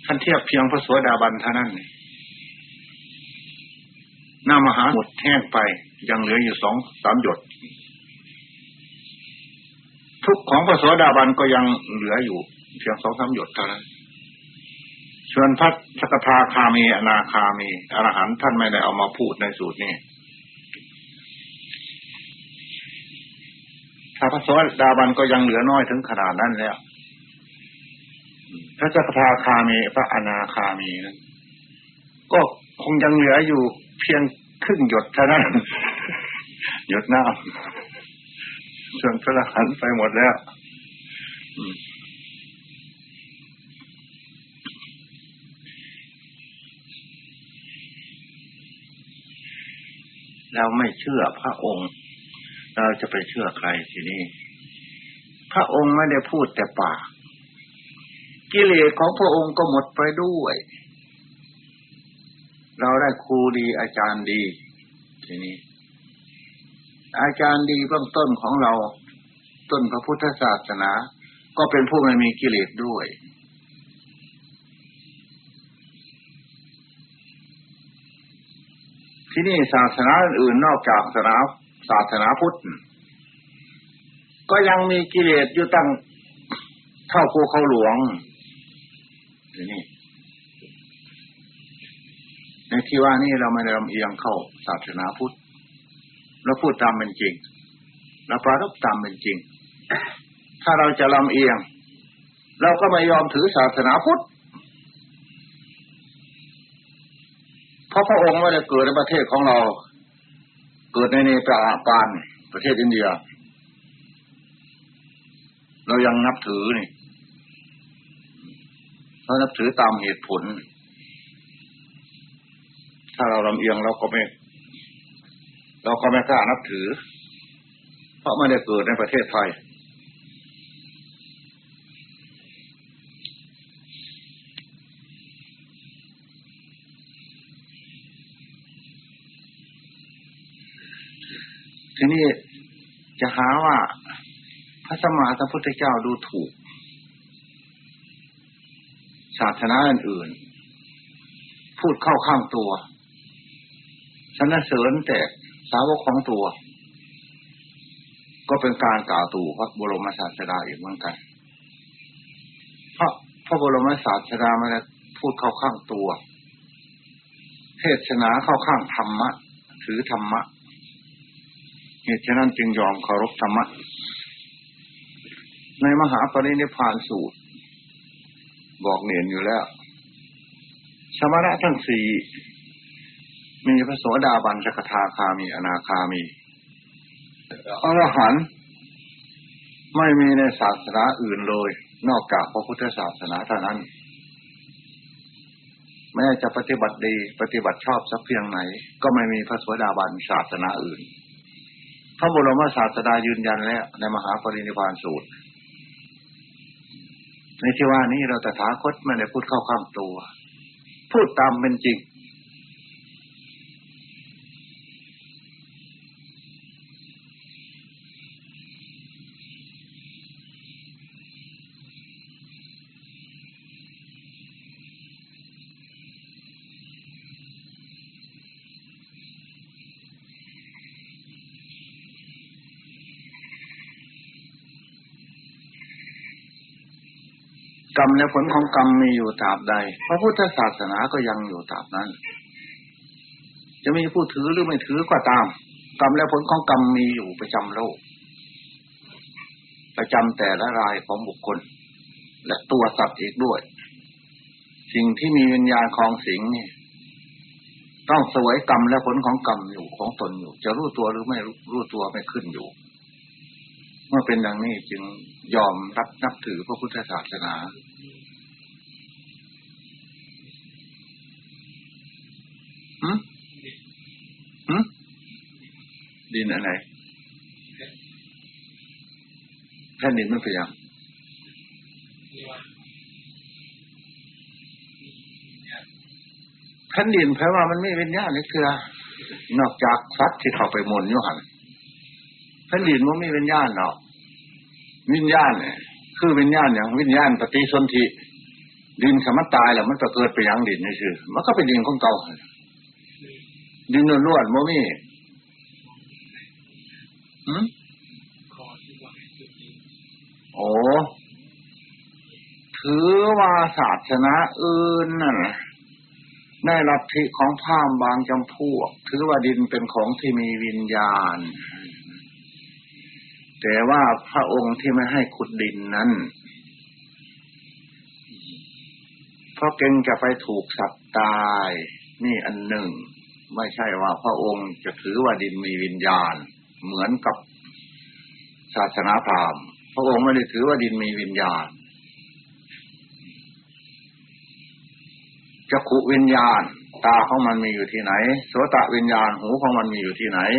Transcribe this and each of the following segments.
ท่านเทียบเพียงพระโสดาบันเท่านั้นน้ำมหาหมดแห้งไปยังเหลืออยู่ 2-3 หยดทุกข์ของพระโสดาบันก็ยังเหลืออยู่เพียง 2-3 หยดเท่านั้นส่วนพระสกทาคามีอนาคามีอรหันต์ท่านไม่ได้เอามาพูดในสูตรนี้ถ้าพระโสดาบันก็ยังเหลือน้อยถึงขนาดนั้นแล้วพระสกทาคามีพระอนาคามีนั้นก็คงยังเหลืออยู่เพียงครึ่งหยดเท่านั้นหยดน้ำส่วนพระอรหันต์ไปหมดแล้วเราไม่เชื่อพระองค์เราจะไปเชื่อใครทีนี้พระองค์ไม่ได้พูดแต่ปากกิเลสของพระองค์ก็หมดไปด้วยเราได้ครูดีอาจารย์ดีทีนี้อาจารย์ดีเบื้องต้นของเราต้นพระพุทธศาสนาก็เป็นผู้ไม่มีกิเลสด้วยที่นี่ศาสนาอื่นนอกจากศาสนาพุทธก็ยังมีกิเลสอยู่ตั้งเท่าภูเขาหลวงทีนี้ในที่ว่านี่เราไม่ได้ลำเอียงเข้าศาสนาพุทธเราพูดตามเป็นจริงเราปรารภตามเป็นจริงถ้าเราจะลำเอียงเราก็ไม่ยอมถือศาสนาพุทธเพราะพระองค์ไม่ได้เกิดในประเทศของเราเกิดในเนปาลประเทศอินเดียเรายังนับถือนี่เรานับถือตามเหตุผลถ้าเราลำเอียงเราก็ไม่กล้านับถือเพราะไม่ได้เกิดในประเทศไทยทีนี้จะหาว่าพระสัมมาสัมพุทธเจ้าดูถูกศาสนาอื่นๆพูดเข้าข้างตัวสรรเสริญแต่สาวกของตัวก็เป็นการกล่าวตู่พระบรมศาสดาอีกเหมือนกันเพราะพระบรมศาสดาไม่ได้พูดเข้าข้างตัวเทศนาเข้าข้างธรรมะถือธรรมะเหตุฉะนั้นจึงยอมเคารพธรรมะในมหาปรินิพพานสูตรบอกเนียนอยู่แล้วสมณะทั้งสี่มีพระโสดาบันสกทาคามีอนาคามีอรหันต์ไม่มีในศาสนาอื่นเลยนอกจากพระพุทธศาสนาเท่านั้นแม้จะปฏิบัติดีปฏิบัติชอบสักเพียงไหนก็ไม่มีพระโสดาบันศาสนาอื่นพระบรมศาสดายืนยันแล้วในมหาปรินิพพานสูตรในที่ว่านี้เราตถาคตไม่ได้พูดเข้าข้างตัวพูดตามเป็นจริงกรรมและผลของกรรมมีอยู่ตราบใดพระพุทธศาสนาก็ยังอยู่ตราบนั้นจะมีผู้ถือหรือไม่ถือก็ตามกรรมและผลของกรรมมีอยู่ประจำโลกประจำแต่ละรายของบุคคลและตัวสัตว์อีกด้วยสิ่งที่มีวิญญาณครองสิงนี่ต้องเสวยกรรมและผลของกรรมอยู่ของตนอยู่จะรู้ตัวหรือไม่รู้ตัวไม่ขึ้นอยู่เมื่อเป็นดังนี้จึงยอมรับนับถือพระพุทธศาสนาดินอะไรแผ่นดินไม่พยายามแผ่นดินแปลว่ามันไม่เป็นญาตินี่คือนอกจากสัตว์ที่เข้าไปมนอยู่หันแผ่นดินมันไม่เป็นญาติเนาะวิญญาณเนี่ยคือวิญญาณอย่างวิญญาณปฏิสนธิดินสมัตตายแล้วมันจะเกิดไปยังดินนี่คือมันก็เป็นดินของเก่าดินล้วนๆบ่มีโอ้ถือว่าศาสนาอื่นนั่นในลัทธิของพราหมณ์บางจำพวกถือว่าดินเป็นของที่มีวิญญาณแต่ว่าพระองค์ที่ไม่ให้ขุดดินนั้นเพราะเกรงจะไปถูกสัตว์ตายนี่อันหนึ่งไม่ใช่ว่าพระองค์จะถือว่าดินมีวิญญาณเหมือนกับศาสนาพราหมณ์พระองค์ไม่ได้ถือว่าดินมีวิญญาณจักขุวิญญาณตาของมันมีอยู่ที่ไหนโสตวิญญาณหูของมันมีอยู่ที่ไหน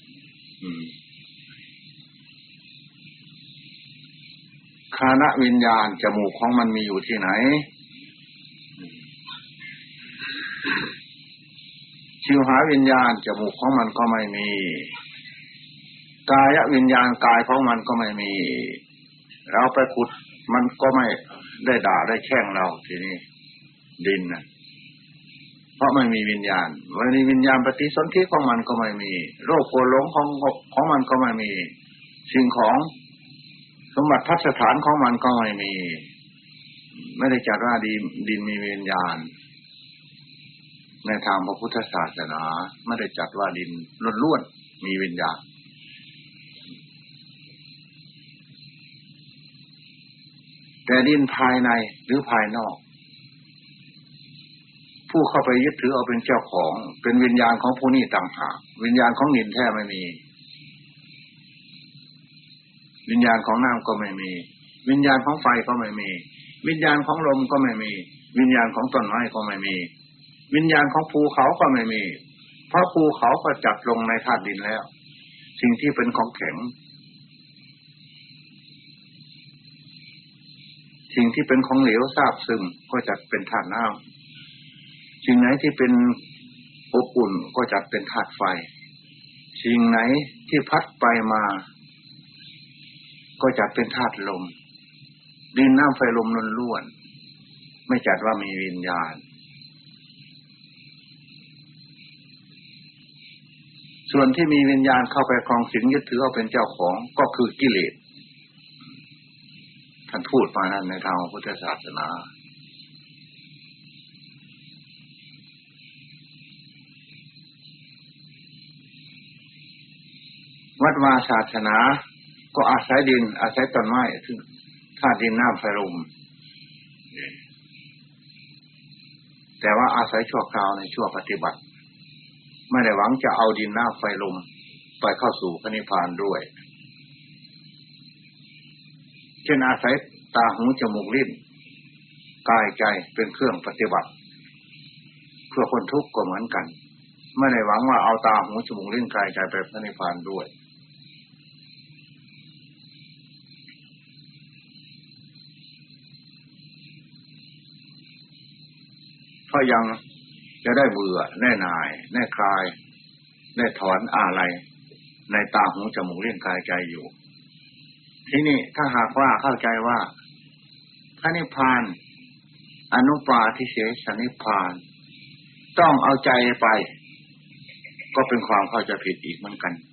ฆานวิญญาณจมูกของมันมีอยู่ที่ไหนชิวหาวิญญาณจมูกของมันก็ไม่มีกายวิญญาณกายของมันก็ไม่มีเราไปขุดมันก็ไม่ได้ด่าได้แช่งเราทีนี้ดินนะเพราะไม่มีวิญญาณวันนี้วิญญาณปฏิสนธิของมันก็ไม่มีโรคโกรธหลงของมันก็ไม่มีสิ่งของสมบัติพัสถานของมันก็ไม่มีไม่ได้จัดว่าดินมีวิญญาณในทางพระพุทธศาสนาไม่ได้จัดว่าดินล้วนๆมีวิญญาณแต่ดินภายในหรือภายนอกผู้เข้าไปยึดถือเอาเป็นเจ้าของเป็นวิญญาณของผู้นี้ต่างหากวิญญาณของดินแท้ไม่มีวิญญาณของน้ำก็ไม่มีวิญญาณของไฟก็ไม่มีวิญญาณของลมก็ไม่มีวิญญาณของต้นไม้ก็ไม่มีวิญญาณของภูเขาก็ไม่มีเพราะภูเขาก็จัดลงในธาตุดินแล้วสิ่งที่เป็นของแข็งสิ่งที่เป็นของเหลวซาบซึมก็จัดเป็นธาตุน้ำสิ่งไหนที่เป็นอบอุ่นก็จัดเป็นธาตุไฟสิ่งไหนที่พัดไปมาก็จัดเป็นธาตุลมดินน้ำไฟลมล้วนๆไม่จัดว่ามีวิญญาณส่วนที่มีวิญญาณเข้าไปครองสิงยึดถือเอาเป็นเจ้าของก็คือกิเลสท่านพูดมานั้นในทางพุทธศาสนาวัดวาศาสนาก็อาศัยดินอาศัยต้นไม้ซึ่งธาตุดินน้ำไฟลมแต่ว่าอาศัยชั่วคราวในชั่วปฏิบัติไม่ได้หวังจะเอาดินน้ำไฟลมไปเข้าสู่พระนิพพานด้วยเช่นอาศัยตาหูจมูกลิ้นกายใจเป็นเครื่องปฏิบัติเพื่อคนทุกข์ก็เหมือนกันไม่ได้หวังว่าเอาตาหูจมูกลิ้นกายใจไปพระนิพพานด้วยเพราะยังจะได้เบื่อแน่นายแน่คลายได้ถอนอะไรในตาหูจมูกลิ้นกายใจอยู่ที่นี่ถ้าหากว่าเข้าใจว่าพระนิพพานอนุปาทิเสสนิพพานต้องเอาใจไปก็เป็นความเข้าใจผิดอีกเหมือนกัน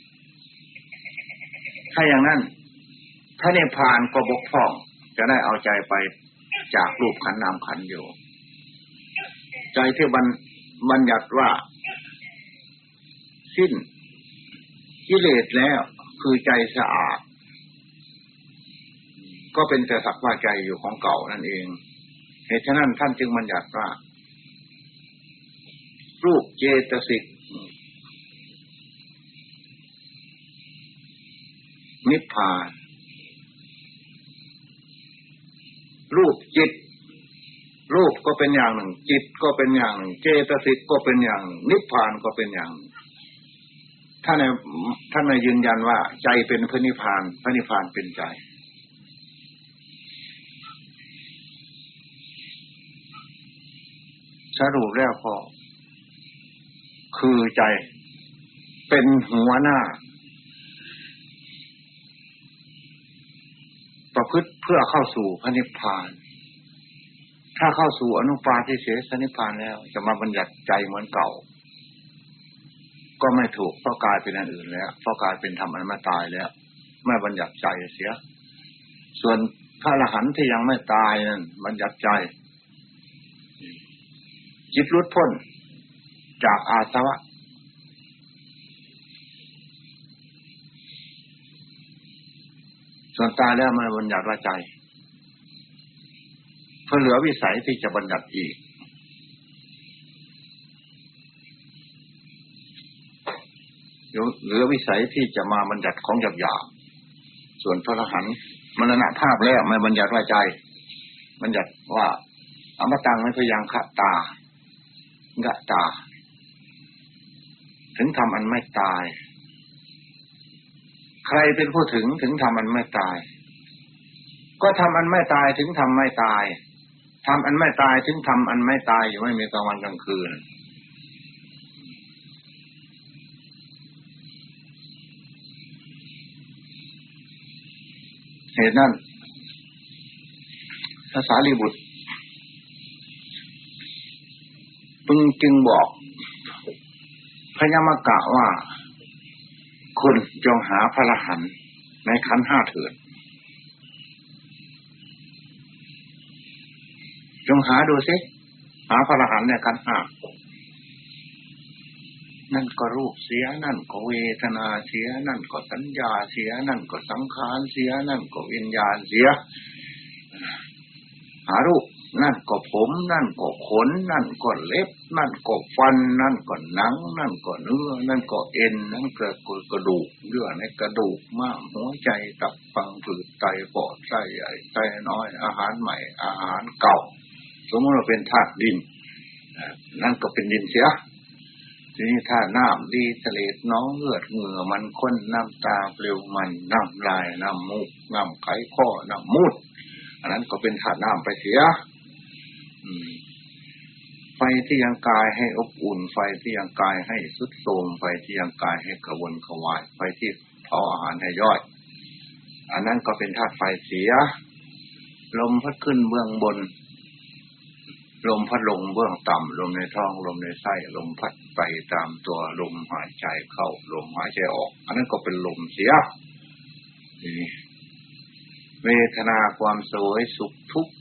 ถ้าอย่างนั้นพระนิพพานก็บกพร่องจะได้เอาใจไปจากรูปขันธ์นามขันธ์อยู่ใจที่บัญญัติว่าสิ้นกิเลสแล้วคือใจสะอาดก็เป็นแต่สักว่าใจอยู่ของเก่านั่นเองเหตุฉะนั้นท่านจึงบัญญัติว่ารูปเจตสิกนิพพานรูปจิตรูปก็เป็นอย่างหนึ่งจิตก็เป็นอย่างหนึ่งเจตสิกก็เป็นอย่างหนึ่งนิพพานก็เป็นอย่างหนึ่งท่านไม่ยืนยันว่าใจเป็นพระนิพพานพระนิพพานเป็นใจสรุปแล้วก็คือใจเป็นหัวหน้าประพฤติเพื่อเข้าสู่พระนิพพานถ้าเข้าสู่อนุปาทิเสสนิพพานแล้วจะมาบัญญัติใจเหมือนเก่าก็ไม่ถูกเพราะกลายเป็นอันอื่นแล้วเพราะกลายเป็นธรรมอันไม่ตายแล้วไม่บัญญัติใจเสียส่วนพระอรหันต์ที่ยังไม่ตายนั่นบัญญัติใจจิตหลุดพ้นจากอาสวะส่วนตายแล้วไม่บัญญัติว่าใจเพราะเหลือวิสัยที่จะบัญญัติอีกเหลือวิสัยที่จะมาบัญญัติของหยาบๆส่วนพระอรหันต์มรณภาพแล้วไม่บัญญัติว่าใจบัญญัติว่าอมตังไม่พยังคะตากะตาถึงทำอันไม่ตายใครเป็นผู้ถึงทำอันไม่ตายก็ทำอันไม่ตายถึงทำไม่ตายทำอันไม่ตายถึงทำอันไม่ตายอยู่ไม่มีกลางวันกลางคืนเหตุนั้นพระสารีบุตรจึงบอกพญามกะว่าคุณจงหาพระอรหันต์ในขันธ์ห้าเถิดจงหาดูสิหาพระอรหันต์ในขันธ์ห้านั่นก็รูปเสียนั่นก็เวทนาเสียนั่นก็สัญญาเสียนั่นก็สังขารเสียนั่นก็วิญญาณเสียหารูปนั่นก็ผมนั่นก็ขนนั่นก็เล็บนั่นก็ฟันนั่นก็หนังนั่นก็เนื้อนั่นก็เอ็นนั่นก็กระดูกเยื่อในกระดูกม้ามหัวใจตับพังผืดไตปอดไส้ใหญ่ไส้น้อยอาหารใหม่อาหารเก่าสมมติว่าเป็นธาตุดินนั่นก็เป็นดินเสียทีนี้ถ้าน้ำดีทะเลน้องเลือดเหงื่อมันข้นน้ำตาเปลวมันน้ำลายน้ำมูกน้ำไขข้อน้ำมูดอันนั้นก็เป็นธาตุน้ำไปเสียไฟที่ยังกายให้อบอุ่นไฟที่ยังกายให้ทรุดโทรมไฟที่ยังกายให้กระวนกระวายไฟที่เผาอาหารให้ย่อยอันนั้นก็เป็นธาตุไฟเสียลมพัดขึ้นเบื้องบนลมพัดลงเบื้องต่ำลมในท้องลมในไส้ลมพัดไปตามตัวลมหายใจเข้าลมหายใจออกอันนั้นก็เป็นลมเสียเวทนาความสวยสุขทุกข์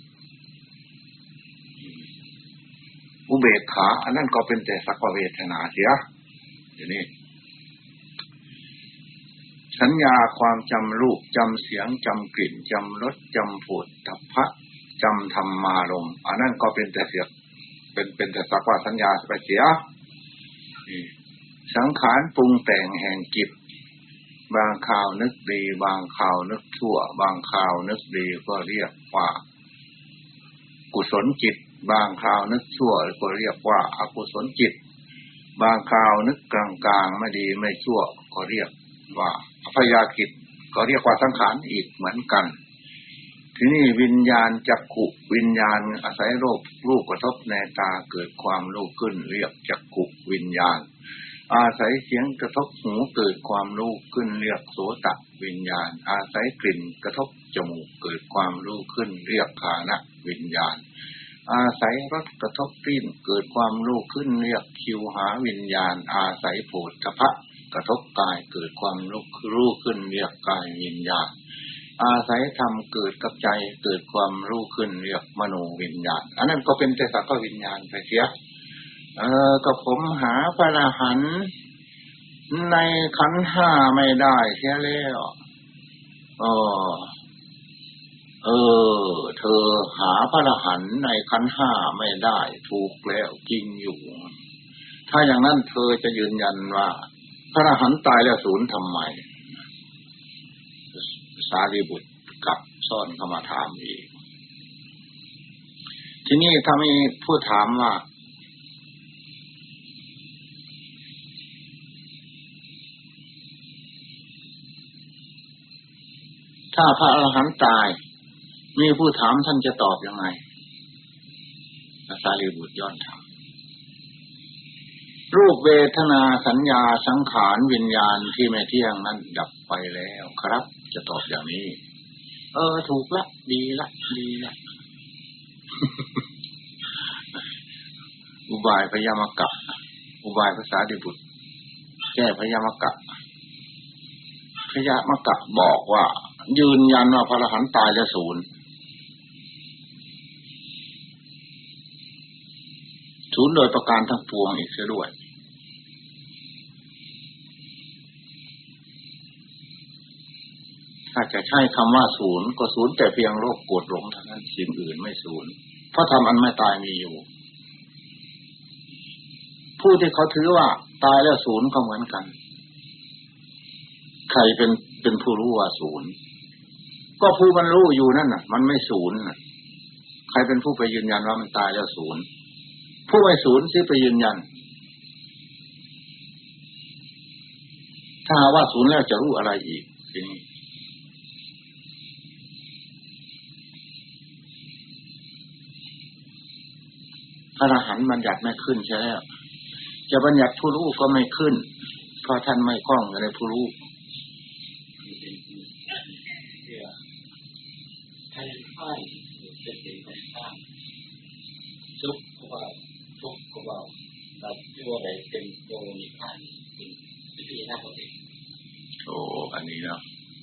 อุเบกขาอันนั้นก็เป็นแต่สักว่าเวทนาเสียอย่างนี้สัญญาความจำรูปจำเสียงจำกลิ่นจำรสจำโผฏฐัพพะจำธรรมารมณ์อันนั้นก็เป็นแต่เสียเป็นแต่สักว่าสัญญาไปเสียสังขารปรุงแต่งแห่งจิตบางคราวนึกดีบางคราวนึกชั่วบางคราวนึกดีก็เรียกว่ากุศลจิตบางคราวนึกชั่วก็เรียกว่าอกุศลจิตบางคราวนึกกลางๆไม่ดีไม่ชั่วก็เรียกว่าอัพยากิจก็เรียกว่าสังขารอีกเหมือนกันทีนี้วิญญาณจักขุวิญญาณอาศัยรูปกระทบในตาเกิดความรู้ขึ้นเรียกจักขุวิญญาณอาศัยเสียงกระทบหูเกิดความรู้ขึ้นเรียกโสตวิญญาณอาศัยกลิ่นกระทบจมูกเกิดความรู้ขึ้นเรียกฆานะวิญญาณอาศัยรสกระทบกลิ่นเกิดความรู้ขึ้นเรียกชิวหาวิญญาณอาศัยโผฏฐัพพะกระทบกายเกิดความรู้ขึ้นเรียกกายวิญญาณอาศัยธรรมเกิดกับใจเกิดความรู้ขึ้นเรียกมโนวิญญาณอันนั้นก็เป็นแต่สักว่าวิญญาณไปเสียก็ผมหาพระอรหันต์ในขันธ์ห้าไม่ได้เสียแล้วเธอหาพระอรหันต์ในขันธ์ห้าไม่ได้ถูกแล้วจริงอยู่ถ้าอย่างนั้นเธอจะยืนยันว่าพระอรหันต์ตายแล้วสูญทำไมสารีบุตรกลับซ่อนเข้ามาถามอีกทีนี้ถ้ามีผู้ถามว่าถ้าพระอรหันต์ตายมีผู้ถามท่านจะตอบยังไงสารีบุตรย้อนถามรูปเวทนาสัญญาสังขารวิญญาณที่ไม่เที่ยงนั้นดับไปแล้วครับจะตอบอย่างนี้ถูกละดีละอุบายพยามกะอุบายภาษาดิบุตรแก้พยามกะพยามกะบอกว่ายืนยันว่าพระอรหันต์ตายแล้วศูนย์โดยประการทั้งปวงอีกเสียด้วยถ้าจะใช้คำว่าศูนย์ก็ศูนย์แต่เพียงโลภโกรธหลงเท่านั้นสิ่งอื่นไม่ศูนย์เพราะธรรมอันไม่ตายมีอยู่ผู้ที่เขาถือว่าตายแล้วศูนย์ก็เหมือนกันใครเป็นผู้รู้ว่าศูนย์ก็ผู้มันรู้อยู่นั่นน่ะมันไม่ศูนย์น่ะใครเป็นผู้ไปยืนยันว่ามันตายแล้วศูนย์ผู้ไม่ศูนย์สิไปยืนยันถ้าว่าศูนย์แล้วจะรู้อะไรอีกทีนี้พระอรหันต์บัญญัติไม่ขึ้นใช่แล้วจะบัญญัติผู้รู้ก็ไม่ขึ้นเพราะท่านไม่คล้องอยู่ในผู้รู้ท่านค่อยเป็นคนสร้างทุกข์ก็ว่าทุกข์ก็ว่าเราที่ว่าอะไรเป็นโยนิพานเป็นวิธีหน้าปกติโอ้อันนี้นะ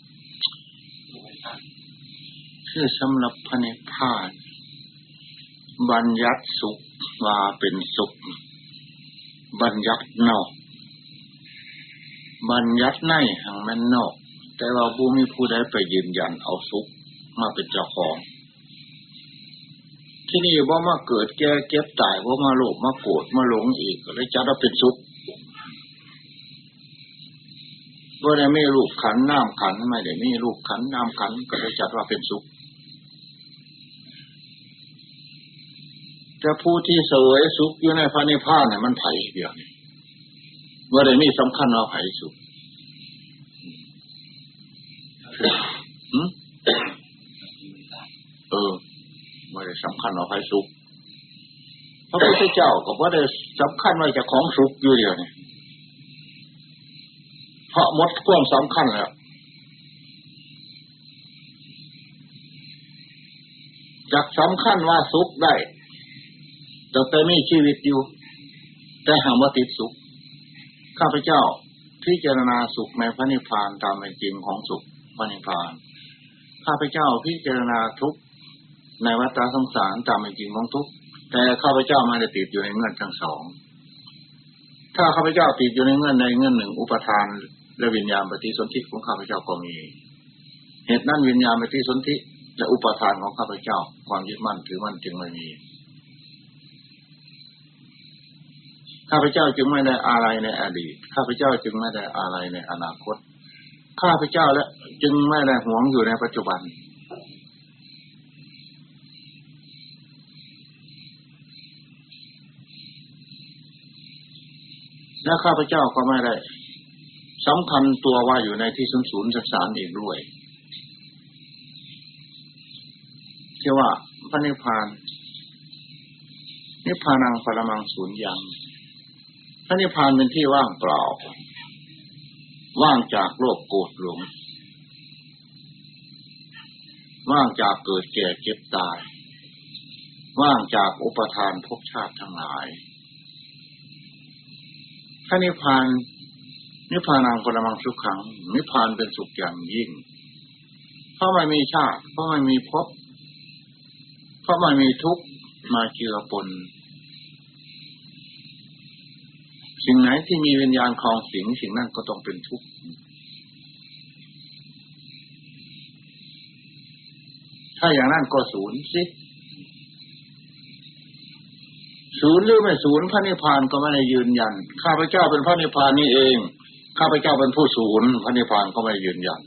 คือสำหรับพระนิพพานบัญญัติสุขว่าเป็นสุขบัญญัตินอกบัญญัติในหังมันนอกแต่ว่าผู้มีผู้ใดไปยืนยันเอาสุขมาเป็นเจ้าของที่นี่บ่มาเกิดแก่เก็บตายบ่มาโลภมาโกรธมาหลงอีกก็เลยจัดว่าเป็นสุขบ่ได้มีรูปขันธ์นามขันธ์ไม่ได้มีรูปขันธ์นามขันธ์ก็เลยจัดว่าเป็นสุขแต่ผู้ที่เสวยสุขอยู่ในพระนิพพานเนี่ยมันไผเดียวนี่บ่ได้มีสำคัญว่าไผสุขไม่ได้สำคัญว่าไผสุขพระพุทธเจ้าก็บ่ได้สำคัญว่าเจ้าของสุขอยู่เดียวนี่เพราะหมดความสำคัญแล้วจักสำคัญว่าสุขได้แต่มีชีวิตอยู่แต่หาว่าติดสุขข้าพเจ้าพิจารณาสุขในพระนิพพานตามเป็นจริงของสุขพระนิพพานข้าพเจ้าพิจารณาทุกข์ในวัฏสงสารตามเป็นจริงของทุกข์แต่ข้าพเจ้าไม่ได้ติดอยู่ในเงื่อนทั้งสองถ้าข้าพเจ้าติดอยู่ในเงื่อนใดเงื่อนหนึ่งอุปทานและวิญญาณปฏิสนธิของข้าพเจ้าก็มีเหตุนั้นวิญญาณปฏิสนธิและอุปทานของข้าพเจ้าความยึดมั่นถือมั่นจึงไม่มีข้าพเจ้าจึงไม่ได้อะไรในอดีตข้าพเจ้าจึงไม่ได้อะไรในอนาคตข้าพเจ้าและจึงไม่ได้หวงอยู่ในปัจจุบันและข้าพเจ้าก็ไม่ได้สำคัญตัวว่าอยู่ในที่สูญสารอีกด้วยเชื่อว่าพระนิพพานนิพพานังปรมังสูญญังพระนิพพานเป็นที่ว่างเปล่าว่างจากโลภโกรธหลงว่างจากเกิดแก่เจ็บตายว่างจากอุปทานภพชาติทั้งหลายพระนิพพานนิพพานังปรมังสุขขังนิพพานเป็นสุขอย่างยิ่งเพราะไม่มีชาติเพราะไม่มีภพเพราะไม่มีทุกข์มาเจือปนสิ่งไหนที่มีวิญญาณครองสิ่งนั้นก็ต้องเป็นทุกข์ถ้าอย่างนั้นก็ศูนย์สิศูนย์หรือไม่ศูนย์พระนิพพานก็ไม่ได้ยืนยันข้าพเจ้าเป็นพระนิพพานนี่เองข้าพเจ้าเป็นผู้ศูนย์พระนิพพานก็ไม่ได้ยืนยัน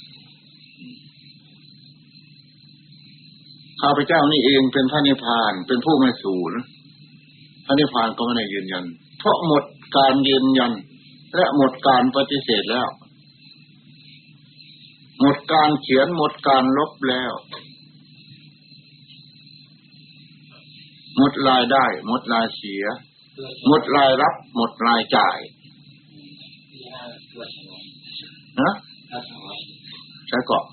ข้าพเจ้านี่เองเป็นพระนิพพานเป็นผู้ไม่ศูนย์พระนิพพานก็ไม่ได้ยืนยันเพราะหมดการยืนยันและหมดการปฏิเสธแล้วหมดการเขียนหมดการลบแล้วหมดรายได้หมดรายเสียหมดรายรับหมดรายจ่ายนะใช่ก็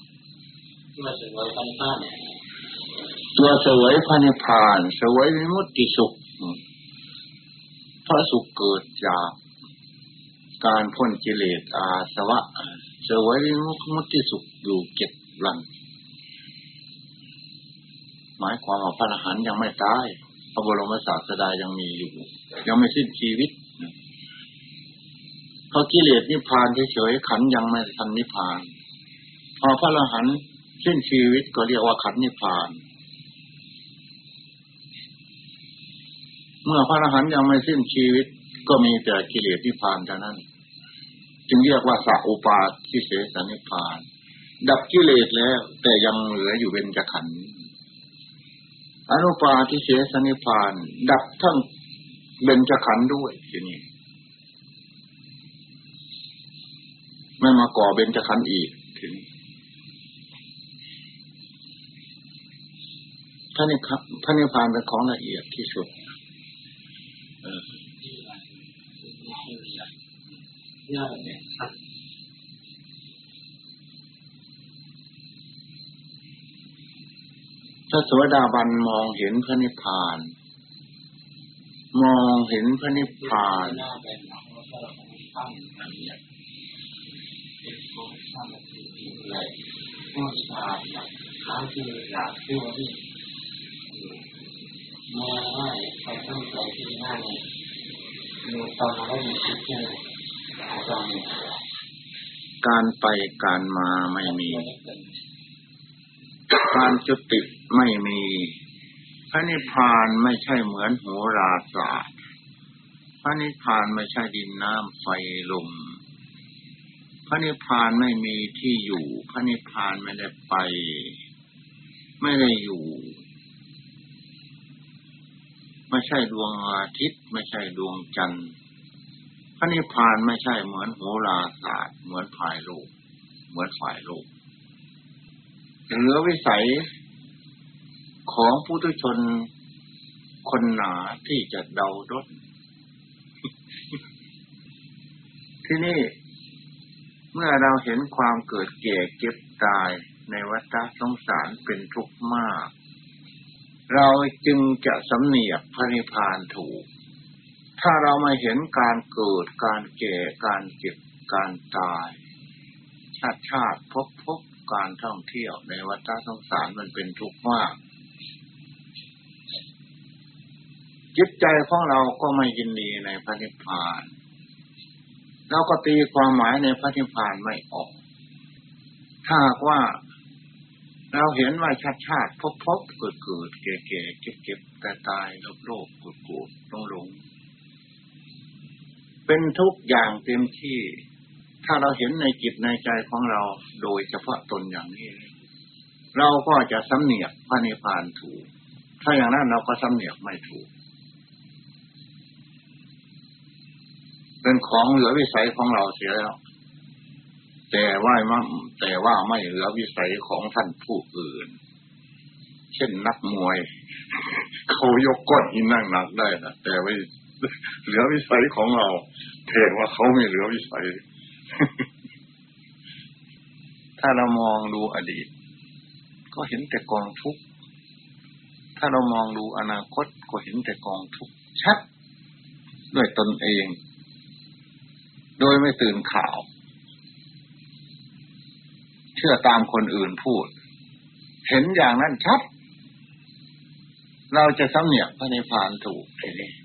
ตัวเสวยพระนิพพานเสวยวิมุตติสุขราะสุขเกิดจากการพ้นกิเลสอาสวะเสวยวิมุตติสุขอยู่7 วันหมายความว่าพระอรหันต์ยังไม่ตายพระบรมศาสดายังมีอยู่ยังไม่สิ้นชีวิตพอกิเลสนิพพานเฉยๆขันธ์ยังไม่ทันนิพพานพอพระอรหันต์สิ้นชีวิตก็เรียกว่าขันธ์นิพพานเมื่อพระอรหันต์ยังไม่สิ้นชีวิตก็มีแต่กิเลสนิพพานเท่านั้นจึงเรียกว่าสัพอุปาทิเสสนิพพานดับกิเลสแล้วแต่ยังเหลืออยู่เบญจขันธ์อนุปาทิเสสนิพพานดับทั้งเบญจขันธ์ด้วยทีนี้ไม่มาก่อเบญจขันธ์อีกทีนี้พระนิพพานเป็นของละเอียดที่สุดพระโสดาบันมองเห็นพระนิพพานมองเห็นพระนิพพานการไปการมาไม่มีการจุติไม่มีพระนิพพานไม่ใช่เหมือนโหราศาสตร์พระนิพพานไม่ใช่ดินน้ำไฟลมพระนิพพานไม่มีที่อยู่พระนิพพานไม่ได้ไปไม่ได้อยู่ไม่ใช่ดวงอาทิตย์ไม่ใช่ดวงจันทร์พระนิพพานไม่ใช่เหมือนโหราศาสตร์เหมือนฝ่ายโลกเหมือนฝ่ายโลกเหลือวิสัยของผู้ทุชนคนหนาที่จะเดาด้นที่นี่เมื่อเราเห็นความเกิดแก่เจ็บตายในวัฏสงสารเป็นทุกข์มากเราจึงจะสำเนียกพระนิพพานถูกถ้าเราไม่เห็นการเกิดการแก่การเจ็บการตายชาติพบการท่องเที่ยวในวัฏสงสารมันเป็นทุกข์มากจิตใจของเราก็ไม่ยินดีในพระนิพพานเราก็ตีความหมายในพระนิพพานไม่ออกถ้าว่าเราเห็นว่าชาติพบเกิดแก่เจ็บตายโลภโกรธหลงเป็นทุกอย่างเต็มที่ถ้าเราเห็นในจิตในใจของเราโดยเฉพาะตนอย่างนี้เราก็จะสำเนียกพระนิพพานถูกถ้าอย่างนั้นเราก็สำเนียกไม่ถูกเป็นของเหลือวิสัยของเราเสียแล้วแต่ว่าไม่เหลือวิสัยของท่านผู้อื่นเช่นนักมวยเขายกก้อนหินนั่งหนักได้นะแต่ไม่เหลือวิสัยของเราแต่ว่าเขาไม่เหลือวิสัย ถ้าเรามองดูอดีตก็เห็นแต่กองทุกข์ถ้าเรามองดูอนาคตก็เห็นแต่กองทุกข์ชัดด้วยตนเองโดยไม่ตื่นข่าวเชื่อตามคนอื่นพูดเห็นอย่างนั้นชัดเราจะสำเนียกพระนิพพานถูกทีนี้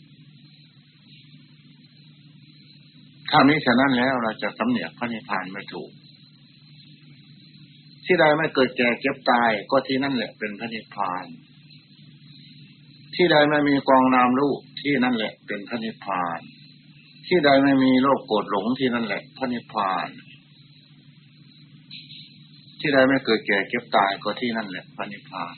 ถ้ามิฉะนั้นแล้วเราจะสำเนียกพระนิพพานไม่ถูกที่ใดไม่เกิดแก่เจ็บตายก็ที่นั่นแหละเป็นพระนิพพานที่ใดไม่มีกองนามรูปที่นั่นแหละเป็นพระนิพพานที่ใดไม่มีโลภโกรธหลงที่นั่นแหละพระนิพพานที่ใดไม่เกิดแก่เก็บตายก็ที่นั่นแหละพระนิพพาน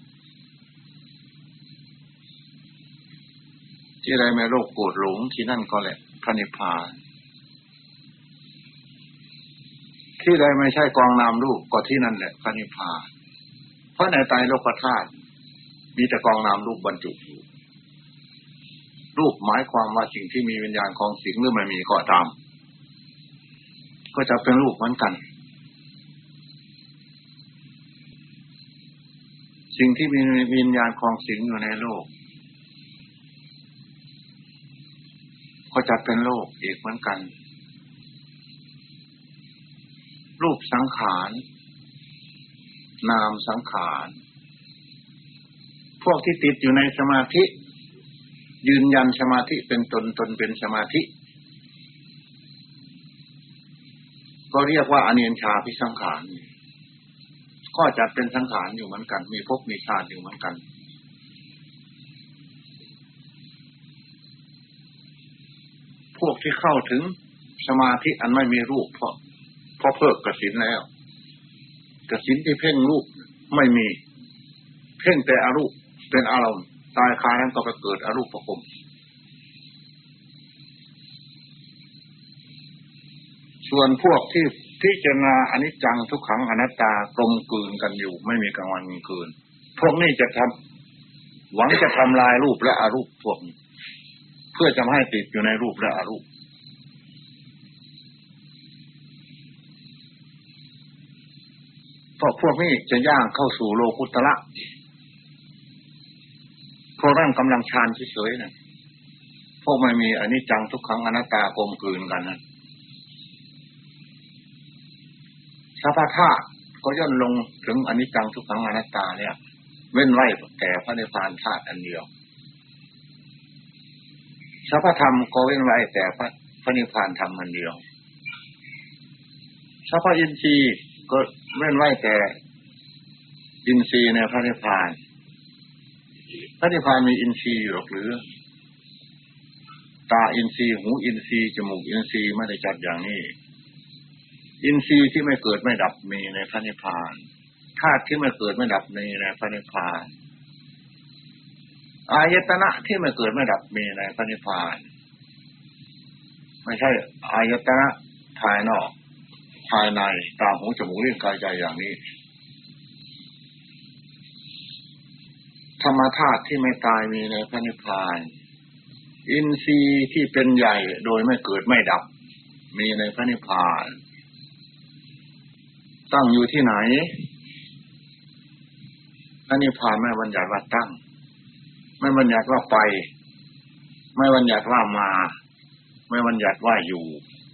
ที่ใดไม่โลภโกรธหลงที่นั่นก็แหละพระนิพพานที่ใดไม่ใช่กองนามรูปก็ที่นั่นแหละพระนิพพานเพราะในไตรโลกธาตุมีแต่กองนามรูปบรรจุอยู่รูปหมายความว่าสิ่งที่มีวิญญาณของสิ่งหรือไม่มีก็ตามก็จะเป็นรูปเหมือนกันสิ่งที่มีวิญญาณของสิ่งอยู่ในโลกก็จัดเป็นโลกอีกเหมือนกันรูปสังขารนามสังขารพวกที่ติดอยู่ในสมาธิยืนยันสมาธิเป็นตนตนเป็นสมาธิก็เรียกว่าอเนียญชาภิสังขารก็จัดเป็นสังขารอยู่เหมือนกันมีภพมีชาติอยู่เหมือนกันพวกที่เข้าถึงสมาธิอันไม่มีรูปเพราะเพิกกสิณแล้วกสิณที่เพ่งรูปไม่มีเพ่งแต่อรูปเป็นอารมณ์ตายคานั้นก็ไปเกิดอรูปภพส่วนพวกที่พิจารณาอนิจจังทุกขังอนัตตากลมกลืนกันอยู่ไม่มีกลางวันกลางคืนพวกนี้จะหวังจะทำลายรูปและอรูปพวกนี้เพื่อจะไม่ให้ติดอยู่ในรูปและอรูปเพราะพวกนี้จะย่างเข้าสู่โลกุตระพวกนั้นกำลังฌานเฉยๆนะพวกไม่มีอนิจจังทุกขังอนัตตากลมกลืนกันนะสัพพะธาตุก็ย่นลงถึงอนิจจังทุกขังอนัตตาเนี่ยเว้นไว้แต่พระนิพพานธาตุอันเดียวสัพพธรรมก็เว้นไว้แต่พระนิพพานธรรมอันเดียวสัพพอินทรีย์ก็เว้นไว้แต่อินทรีย์ในพระนิพพานพระนิพพานมีอินทรีย์อยู่หรือตาอินทรีย์หูอินทรีย์จมูกอินทรีย์ไม่ได้จัดอย่างนี้อินทรีย์ที่ไม่เกิดไม่ดับมีในพระนิพพานธาตุที่ไม่เกิดไม่ดับมีในพระนิพพานอายตนะที่ไม่เกิดไม่ดับมีในพระนิพพานไม่ใช่อายตนะภายนอกภายในตาหูจมูกลิ้นกายใจอย่างนี้ธรรมธาตุที่ไม่ตายมีในพระนิพพานอินทรีย์ที่เป็นใหญ่โดยไม่เกิดไม่ดับมีในพระนิพพานตั้งอยู่ที่ไหนพระนิพพานไม่บัญญัติว่าตั้งไม่บัญญัติว่าไปไม่บัญญัติว่ามาไม่บัญญัติว่าอยู่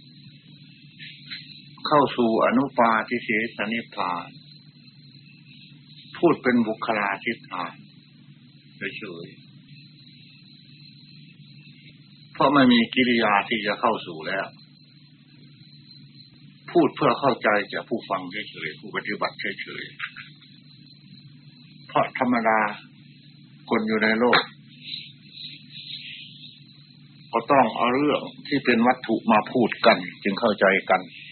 เข้าสู่อนุปาทิเสสนิพพานพูดเป็นบุคลาธิฐานเฉยๆเพราะไม่มีกิริยาที่จะเข้าสู่แล้วพูดเพื่อเข้าใจแก่ผู้ฟังเฉยๆผู้ปฏิบัติเฉยๆเพราะธรรมดาคนอยู่ในโลกก็ต้องเอาเรื่องที่เป็นวัตถุมาพูดกันจึงเข้าใจกัน